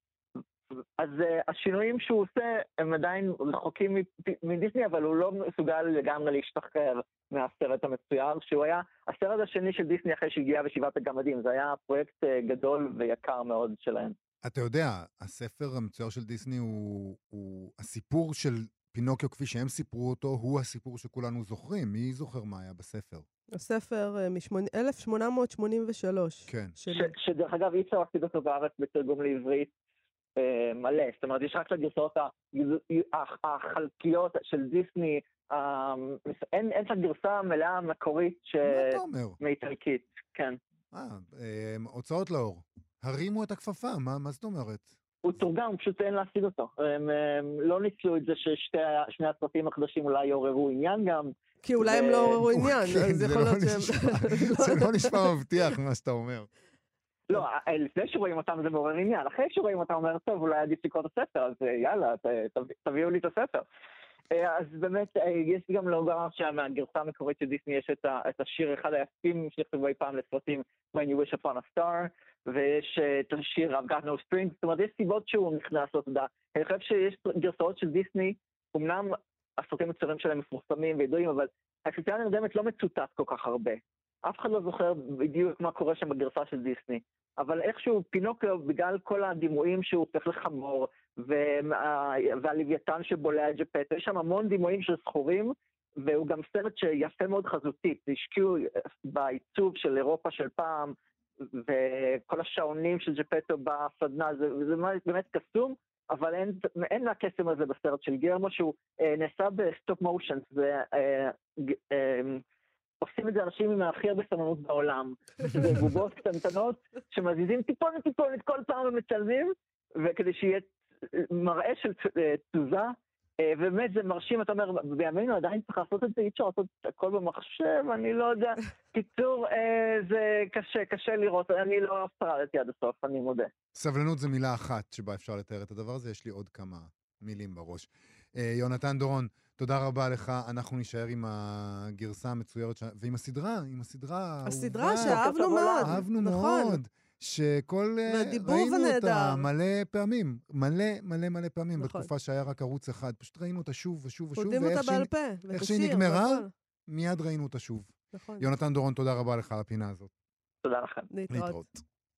אז uh, השינויים שהוא עושה הם עדיין רחוקים מדיסני, אבל הוא לא מסוגל לגמרי להשתחרר מהסרט המצויר, שהוא היה הסרט השני של דיסני אחרי שהגיע בשבעת הגמדים, זה היה פרויקט uh, גדול ויקר מאוד שלהם. אתה יודע, הספר המצויר של דיסני הוא, הוא הסיפור של פינוקיו כפי שהם סיפרו אותו, הוא הסיפור שכולנו זוכרים. מי זוכר מה היה בספר? הספר מ-אלף שמונה מאות שמונים ושלוש. כן. שדרך אגב, אי אפשר להשיג אותו בארץ בתרגום לעברית מלא. זאת אומרת, יש רק לגרסאות החלקיות של דיסני, אין את הגרסה המלאה המקורית מאיטלקית. כן. אה, הוצאות לאור. הרימו את הכפפה, מה זאת אומרת? הוא תורגם, פשוט אין להשיג אותו. הם לא ניצלו את זה ששני הסרטים החדשים אולי יעוררו עניין גם. כי אולי הם לא עוררו עניין, אז יכול להיות שהם... זה לא נשמע מבטיח מה שאתה אומר. לא, לפני שרואים אותם זה מעורר עניין. אחרי שרואים אותם אומר, טוב, אולי עדיף לקרוא את הספר, אז יאללה, תביאו לי את הספר. אז באמת, יש גם לומר שמהגרסה המקורית של דיסני יש את השיר אחד היפים שנכתבו אי פעם לסרטים When You Wish Upon a Star, ויש את השיר I've Got No Strings, זאת אומרת, יש סיבות שהוא נכנס לתודעה. אני חושב שיש גרסאות של דיסני, אמנם הסרטים מצוירים שלהם מפורסמים וידועים, אבל הסרטייה הנרדמת לא מצוטט כל כך הרבה. אף אחד לא זוכר בדיוק מה קורה שם בגרסה של דיסני. אבל איכשהו פינוקיו, בגלל כל הדימויים שהוא הופך לחמור, והלוויתן שבולע את ג'פטו, יש שם המון דימויים של זכורים, והוא גם סרט שיפה מאוד חזותית. זה השקיעו בעיצוב של אירופה של פעם, וכל השעונים של ג'פטו בסדנה, זה, זה באמת קסום, אבל אין, אין הקסם הזה בסרט של גילרמו, שהוא אה, נעשה בסטופ מושן, זה אה, אה, עושים את זה אנשים עם הכי הרבה סבלנות בעולם. זה בובות קטנטנות שמזיזים טיפונת טיפונת כל פעם ומצלמים, וכדי שיהיה מראה של תזוזה, ובאמת זה מרשים, אתה אומר, בימינו עדיין צריך לעשות את זה, אי אפשר לעשות הכל במחשב, אני לא יודע. קיצור, זה קשה, קשה לראות, אני לא שרדתי עד הסוף, אני מודה. סבלנות זה מילה אחת שבה אפשר לתאר את הדבר הזה, יש לי עוד כמה מילים בראש. יונתן דורון, תודה רבה לך, אנחנו נשאר עם הגרסה המצוירת, ועם הסדרה, עם הסדרה... הסדרה שאהבנו מאוד. אהבנו מאוד. שכל ראינו אותה מלא פעמים, מלא מלא מלא פעמים, בתקופה שהיה רק ערוץ אחד, פשוט ראינו אותה שוב ושוב ושוב, ואיך שהיא נגמרה, מיד ראינו אותה שוב. יונתן דורון, תודה רבה לך על הפינה הזאת. תודה לכם. להתראות.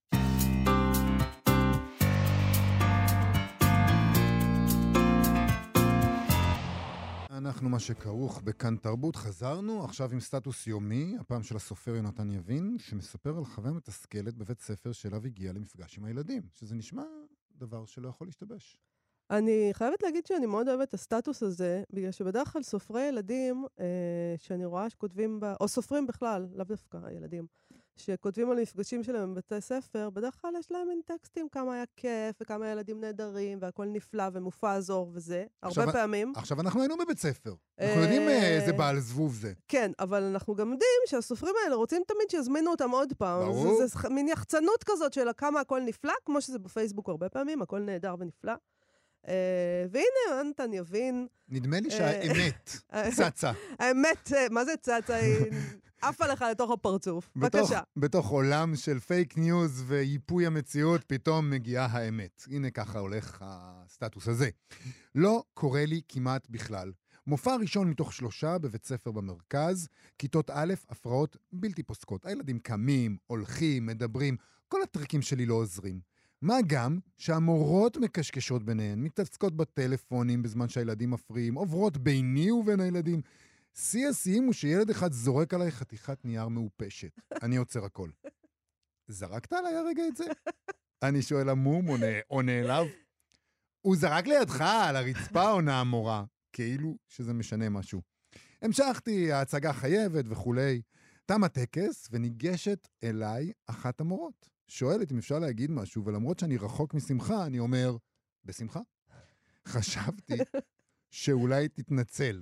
אנחנו מה שכרוך בכאן תרבות, חזרנו עכשיו עם סטטוס יומי, הפעם של הסופר יונתן יבין, שמספר על חוויה מתסכלת בבית ספר שאליו הגיע למפגש עם הילדים, שזה נשמע דבר שלא יכול להשתבש. אני חייבת להגיד שאני מאוד אוהבת את הסטטוס הזה, בגלל שבדרך כלל סופרי ילדים, אה, שאני רואה שכותבים, בה, או סופרים בכלל, לאו דווקא הילדים, שכותבים על מפגשים שלהם בבתי ספר, בדרך כלל יש להם מין טקסטים, כמה היה כיף, וכמה ילדים נהדרים, והכל נפלא ומופע זור וזה, הרבה עכשיו, פעמים. עכשיו אנחנו היינו בבית ספר, אנחנו יודעים איזה בעל זבוב זה. כן, אבל אנחנו גם יודעים שהסופרים האלה רוצים תמיד שיזמינו אותם עוד פעם. ברור. זה, זה מין יחצנות כזאת של כמה הכל נפלא, כמו שזה בפייסבוק הרבה פעמים, הכל נהדר ונפלא. Uh, והנה, יונתן יבין. נדמה לי שהאמת צצה. האמת, מה זה צצה? היא עפה לך לתוך הפרצוף. בבקשה. בתוך עולם של פייק ניוז וייפוי המציאות, פתאום מגיעה האמת. הנה ככה הולך הסטטוס הזה. לא קורה לי כמעט בכלל. מופע ראשון מתוך שלושה בבית ספר במרכז, כיתות א', הפרעות בלתי פוסקות. הילדים קמים, הולכים, מדברים, כל הטריקים שלי לא עוזרים. מה גם שהמורות מקשקשות ביניהן, מתעסקות בטלפונים בזמן שהילדים מפריעים, עוברות ביני ובין הילדים. שיא השיאים הוא שילד אחד זורק עליי חתיכת נייר מאופשת. אני עוצר הכל. זרקת עליי הרגע את זה? אני שואל המום או נעלב. הוא זרק לידך על הרצפה או נעמורה, כאילו שזה משנה משהו. המשכתי, ההצגה חייבת וכולי. תם הטקס וניגשת אליי אחת המורות. שואלת אם אפשר להגיד משהו, ולמרות שאני רחוק משמחה, אני אומר, בשמחה. חשבתי שאולי תתנצל.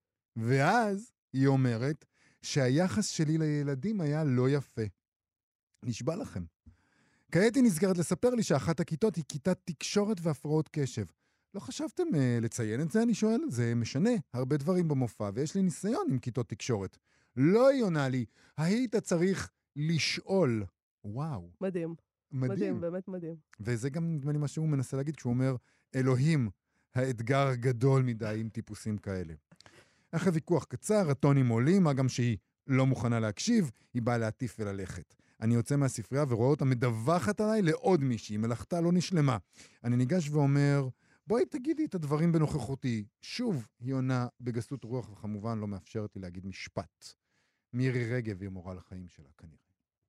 ואז היא אומרת שהיחס שלי לילדים היה לא יפה. נשבע לכם. כעת היא נזכרת לספר לי שאחת הכיתות היא כיתת תקשורת והפרעות קשב. לא חשבתם uh, לציין את זה, אני שואל? זה משנה, הרבה דברים במופע, ויש לי ניסיון עם כיתות תקשורת. לא היא עונה לי, היית צריך לשאול. וואו. מדהים. מדהים. מדהים, באמת מדהים. וזה גם נדמה לי מה שהוא מנסה להגיד, כשהוא אומר, אלוהים, האתגר גדול מדי עם טיפוסים כאלה. אחרי ויכוח קצר, הטונים עולים, מה גם שהיא לא מוכנה להקשיב, היא באה להטיף וללכת. אני יוצא מהספרייה ורואה אותה מדווחת עליי לעוד מישהי, מלאכתה לא נשלמה. אני ניגש ואומר, בואי תגידי את הדברים בנוכחותי. שוב, היא עונה בגסות רוח, וכמובן לא מאפשרת לי להגיד משפט. מירי רגב היא מורה לחיים שלה, כנראה.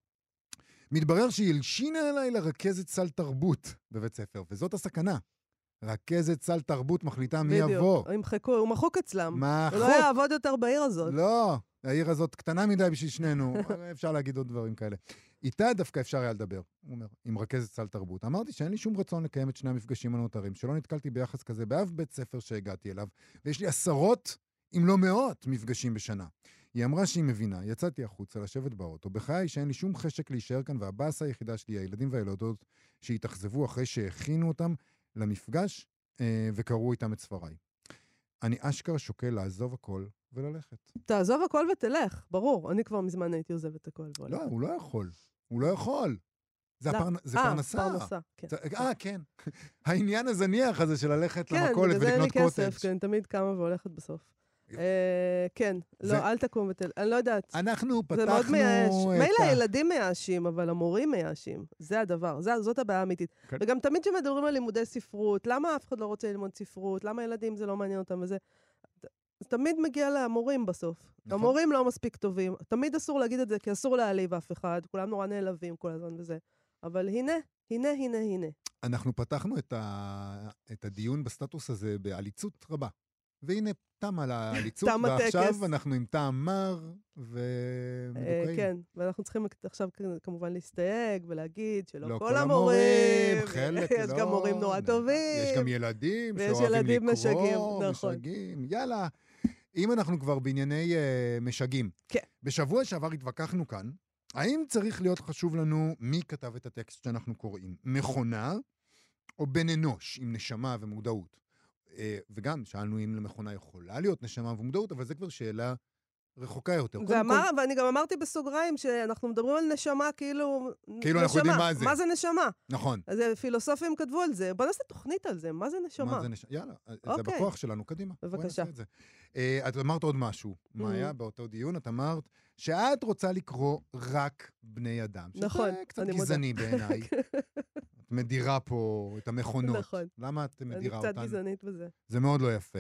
מתברר שהיא הלשינה אליי לרכזת סל תרבות בבית ספר, וזאת הסכנה. רכזת סל תרבות מחליטה מי יבוא. בדיוק, הוא מחוק אצלם. מחוק. הוא לא יעבוד יותר בעיר הזאת. לא, העיר הזאת קטנה מדי בשביל שנינו, אפשר להגיד עוד דברים כאלה. איתה דווקא אפשר היה לדבר, הוא אומר, עם רכזת סל תרבות. אמרתי שאין לי שום רצון לקיים את שני המפגשים הנותרים, שלא נתקלתי ביחס כזה באף בית ספר שהגעתי אליו, ויש לי עשרות, אם לא מאות, מפגשים בשנה. היא אמרה שהיא מבינה, יצאתי החוצה לשבת באוטו, בחיי שאין לי שום חשק להישאר כאן, והבאסה היחידה שלי, הילדים והילדות שהתאכזבו אחרי שהכינו אותם למפגש אה, וקראו איתם את ספריי. אני אשכרה שוקל לעזוב הכל וללכת. תעזוב הכל ותלך, ברור. אני כבר מזמן הייתי עוזבת הכל וללכת. לא, הוא לא יכול. הוא לא יכול. זה, הפר... זה פרנסה. אה, פרנסה, כן. אה, כן. העניין הזניח הזה של ללכת למכולת ולקנות קוטג'. כן, וזה אין לי כסף, כי אני תמיד קמה והולכת בסוף. כן, לא, אל תקום ותל... אני לא יודעת. אנחנו פתחנו... זה מאוד מייאש. מילא הילדים מייאשים, אבל המורים מייאשים. זה הדבר, זאת הבעיה האמיתית. וגם תמיד שמדברים על לימודי ספרות, למה אף אחד לא רוצה ללמוד ספרות? למה ילדים זה לא מעניין אותם וזה? זה תמיד מגיע למורים בסוף. המורים לא מספיק טובים. תמיד אסור להגיד את זה, כי אסור להעליב אף אחד. כולם נורא נעלבים כל הזמן וזה. אבל הנה, הנה, הנה, הנה. אנחנו פתחנו את, ה... את הדיון בסטטוס הזה בעליצות רבה. והנה תם על הליצות, תם הטקס. ועכשיו אנחנו עם טעם מר ומדוכאים. כן, ואנחנו צריכים עכשיו כמובן להסתייג ולהגיד שלא לא כל המורים, חלק יש לא. גם מורים נורא טובים. יש גם ילדים ויש שאוהבים ילדים משגעים, לקרוא, נכון. משגעים. יאללה, אם אנחנו כבר בענייני uh, משגעים. כן. בשבוע שעבר התווכחנו כאן, האם צריך להיות חשוב לנו מי כתב את הטקסט שאנחנו קוראים? מכונה או בן אנוש עם נשמה ומודעות? Uh, וגם שאלנו אם למכונה יכולה להיות נשמה ומודעות, אבל זה כבר שאלה רחוקה יותר. ואמר, כל... ואני גם אמרתי בסוגריים שאנחנו מדברים על נשמה כאילו... כאילו נשמה. אנחנו יודעים מה זה. מה זה נשמה? נכון. אז פילוסופים כתבו על זה. בוא נעשה תוכנית על זה. מה זה נשמה? מה זה נשמה? יאללה, אוקיי. זה בכוח שלנו. קדימה. בבקשה. Uh, את אמרת עוד משהו. Mm-hmm. מה היה באותו דיון? את אמרת שאת רוצה לקרוא רק בני אדם. נכון. שזה קצת גזעני בעיניי. את מדירה פה את המכונות. נכון. למה את מדירה אותן? אני קצת גזענית בזה. זה מאוד לא יפה.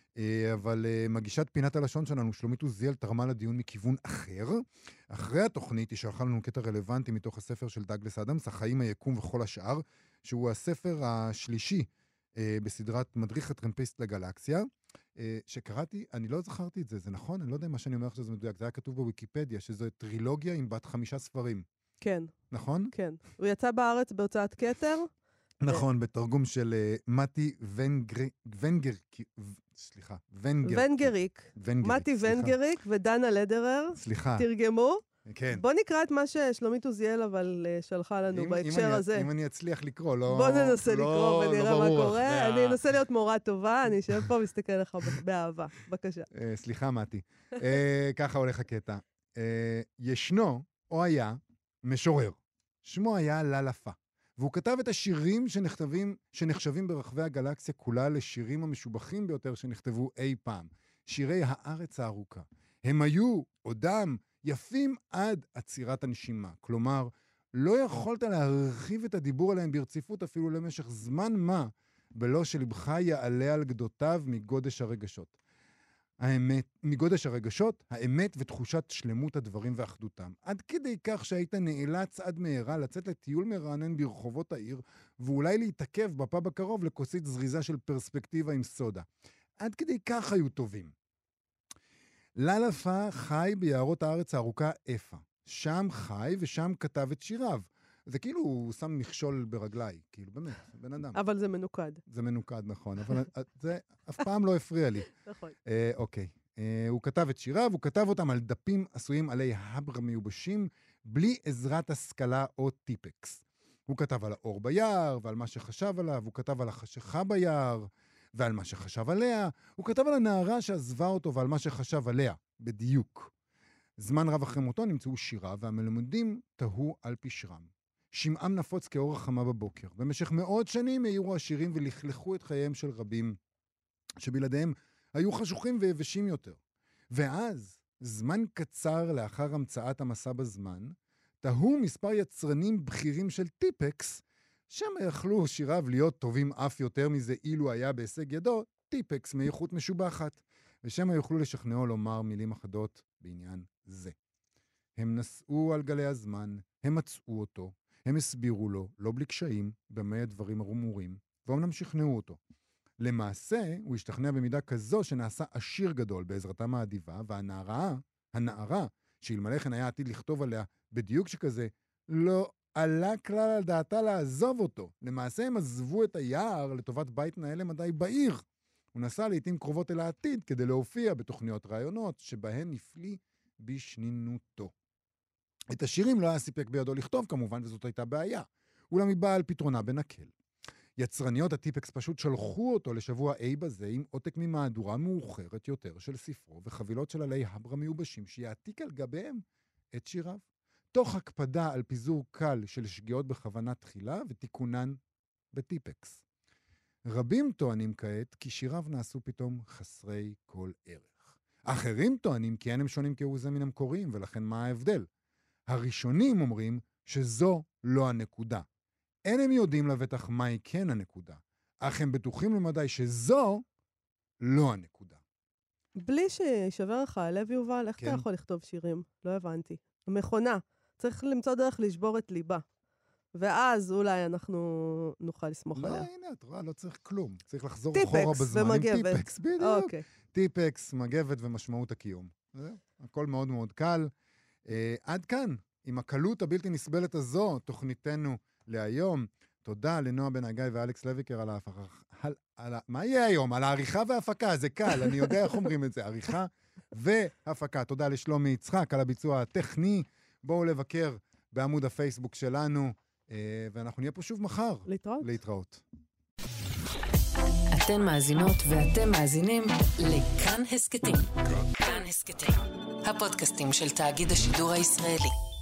אבל מגישת פינת הלשון שלנו, שלומית עוזיאל, תרמה לדיון מכיוון אחר. אחרי התוכנית היא שלחה לנו קטע רלוונטי מתוך הספר של דאגלס אדמס, החיים, היקום וכל השאר, שהוא הספר השלישי בסדרת מדריך הטרמפיסט לגלקסיה, שקראתי, אני לא זכרתי את זה, זה נכון? אני לא יודע מה שאני אומר שזה מדויק, זה היה כתוב בוויקיפדיה, שזו טרילוגיה עם בת חמישה ספרים. כן. נכון? כן. הוא יצא בארץ בהוצאת כתר. נכון, בתרגום של מתי ונגריק, סליחה, ונגריק. מתי ונגריק ודנה לדרר. סליחה. תרגמו. כן. בוא נקרא את מה ששלומית עוזיאל אבל שלחה לנו בהקשר הזה. אם אני אצליח לקרוא, לא... בוא ננסה לקרוא ונראה מה קורה. אני אנסה להיות מורה טובה, אני אשב פה ומסתכל לך באהבה. בבקשה. סליחה, מתי. ככה הולך הקטע. ישנו, או היה, משורר. שמו היה ללפה. והוא כתב את השירים שנכתבים, שנחשבים ברחבי הגלקסיה כולה לשירים המשובחים ביותר שנכתבו אי פעם. שירי הארץ הארוכה. הם היו, עודם, יפים עד עצירת הנשימה. כלומר, לא יכולת להרחיב את הדיבור עליהם ברציפות אפילו למשך זמן מה, בלא שלבך יעלה על גדותיו מגודש הרגשות. האמת, מגודש הרגשות, האמת ותחושת שלמות הדברים ואחדותם. עד כדי כך שהיית נאלץ עד מהרה לצאת לטיול מרענן ברחובות העיר, ואולי להתעכב בפאב הקרוב לכוסית זריזה של פרספקטיבה עם סודה. עד כדי כך היו טובים. ללפה חי ביערות הארץ הארוכה איפה. שם חי ושם כתב את שיריו. זה כאילו הוא שם מכשול ברגליי, כאילו באמת, בן אדם. אבל זה מנוקד. זה מנוקד, נכון, אבל זה אף פעם לא הפריע לי. נכון. אה, אוקיי. אה, הוא כתב את שיריו, הוא כתב אותם על דפים עשויים עלי הבר מיובשים, בלי עזרת השכלה או טיפקס. הוא כתב על האור ביער, ועל מה שחשב עליו, הוא כתב על החשיכה ביער, ועל מה שחשב עליה, הוא כתב על הנערה שעזבה אותו, ועל מה שחשב עליה, בדיוק. זמן רב אחרי מותו נמצאו שיריו, והמלומדים תהו על פשרם. שמעם נפוץ כאור החמה בבוקר. במשך מאות שנים העירו השירים ולכלכו את חייהם של רבים, שבלעדיהם היו חשוכים ויבשים יותר. ואז, זמן קצר לאחר המצאת המסע בזמן, תהו מספר יצרנים בכירים של טיפקס, שמה יכלו שיריו להיות טובים אף יותר מזה אילו היה בהישג ידו, טיפקס מאיכות משובחת, ושמה יוכלו לשכנעו לומר מילים אחדות בעניין זה. הם נסעו על גלי הזמן, הם מצאו אותו, הם הסבירו לו, לא בלי קשיים, במה הדברים הרומורים, ואומנם שכנעו אותו. למעשה, הוא השתכנע במידה כזו שנעשה עשיר גדול בעזרתם האדיבה, והנערה, הנערה, שאלמלא כן היה עתיד לכתוב עליה בדיוק שכזה, לא עלה כלל על דעתה לעזוב אותו. למעשה הם עזבו את היער לטובת בית נאה למדי בעיר. הוא נסע לעתים קרובות אל העתיד כדי להופיע בתוכניות רעיונות, שבהן נפליא בשנינותו. את השירים לא היה סיפק בידו לכתוב כמובן, וזאת הייתה בעיה. אולם היא באה על פתרונה בנקל. יצרניות הטיפקס פשוט שלחו אותו לשבוע A בזה עם עותק ממהדורה מאוחרת יותר של ספרו וחבילות של עלי הבר מיובשים שיעתיק על גביהם את שיריו. תוך הקפדה על פיזור קל של שגיאות בכוונה תחילה ותיקונן בטיפקס. רבים טוענים כעת כי שיריו נעשו פתאום חסרי כל ערך. אחרים טוענים כי אין הם שונים כהוא זה מן המקוריים ולכן מה ההבדל? הראשונים אומרים שזו לא הנקודה. אין הם יודעים לבטח מהי כן הנקודה, אך הם בטוחים למדי שזו לא הנקודה. בלי שישבר לך הלב יובל, איך כן. אתה יכול לכתוב שירים? לא הבנתי. המכונה, צריך למצוא דרך לשבור את ליבה. ואז אולי אנחנו נוכל לסמוך לא, עליה. הנה, את רואה, לא צריך כלום. צריך לחזור טיפקס אחורה בזמנים. ומגבת. טיפקס, בדיוק. אוקיי. טיפקס, מגבת ומשמעות הקיום. זהו, הכל מאוד מאוד קל. אה, עד כאן, עם הקלות הבלתי נסבלת הזו, תוכניתנו להיום. תודה לנועה בן הגיא ואלכס לויקר על ההפקה. על, על, מה יהיה היום? על העריכה וההפקה, זה קל, אני יודע איך אומרים את זה. עריכה והפקה. תודה לשלומי יצחק על הביצוע הטכני. בואו לבקר בעמוד הפייסבוק שלנו, אה, ואנחנו נהיה פה שוב מחר. להתראות. להתראות. אתן מאזינות ואתם מאזינים לכאן הסקטים. כאן הסקטים, הפודקאסטים של תאגיד השידור הישראלי.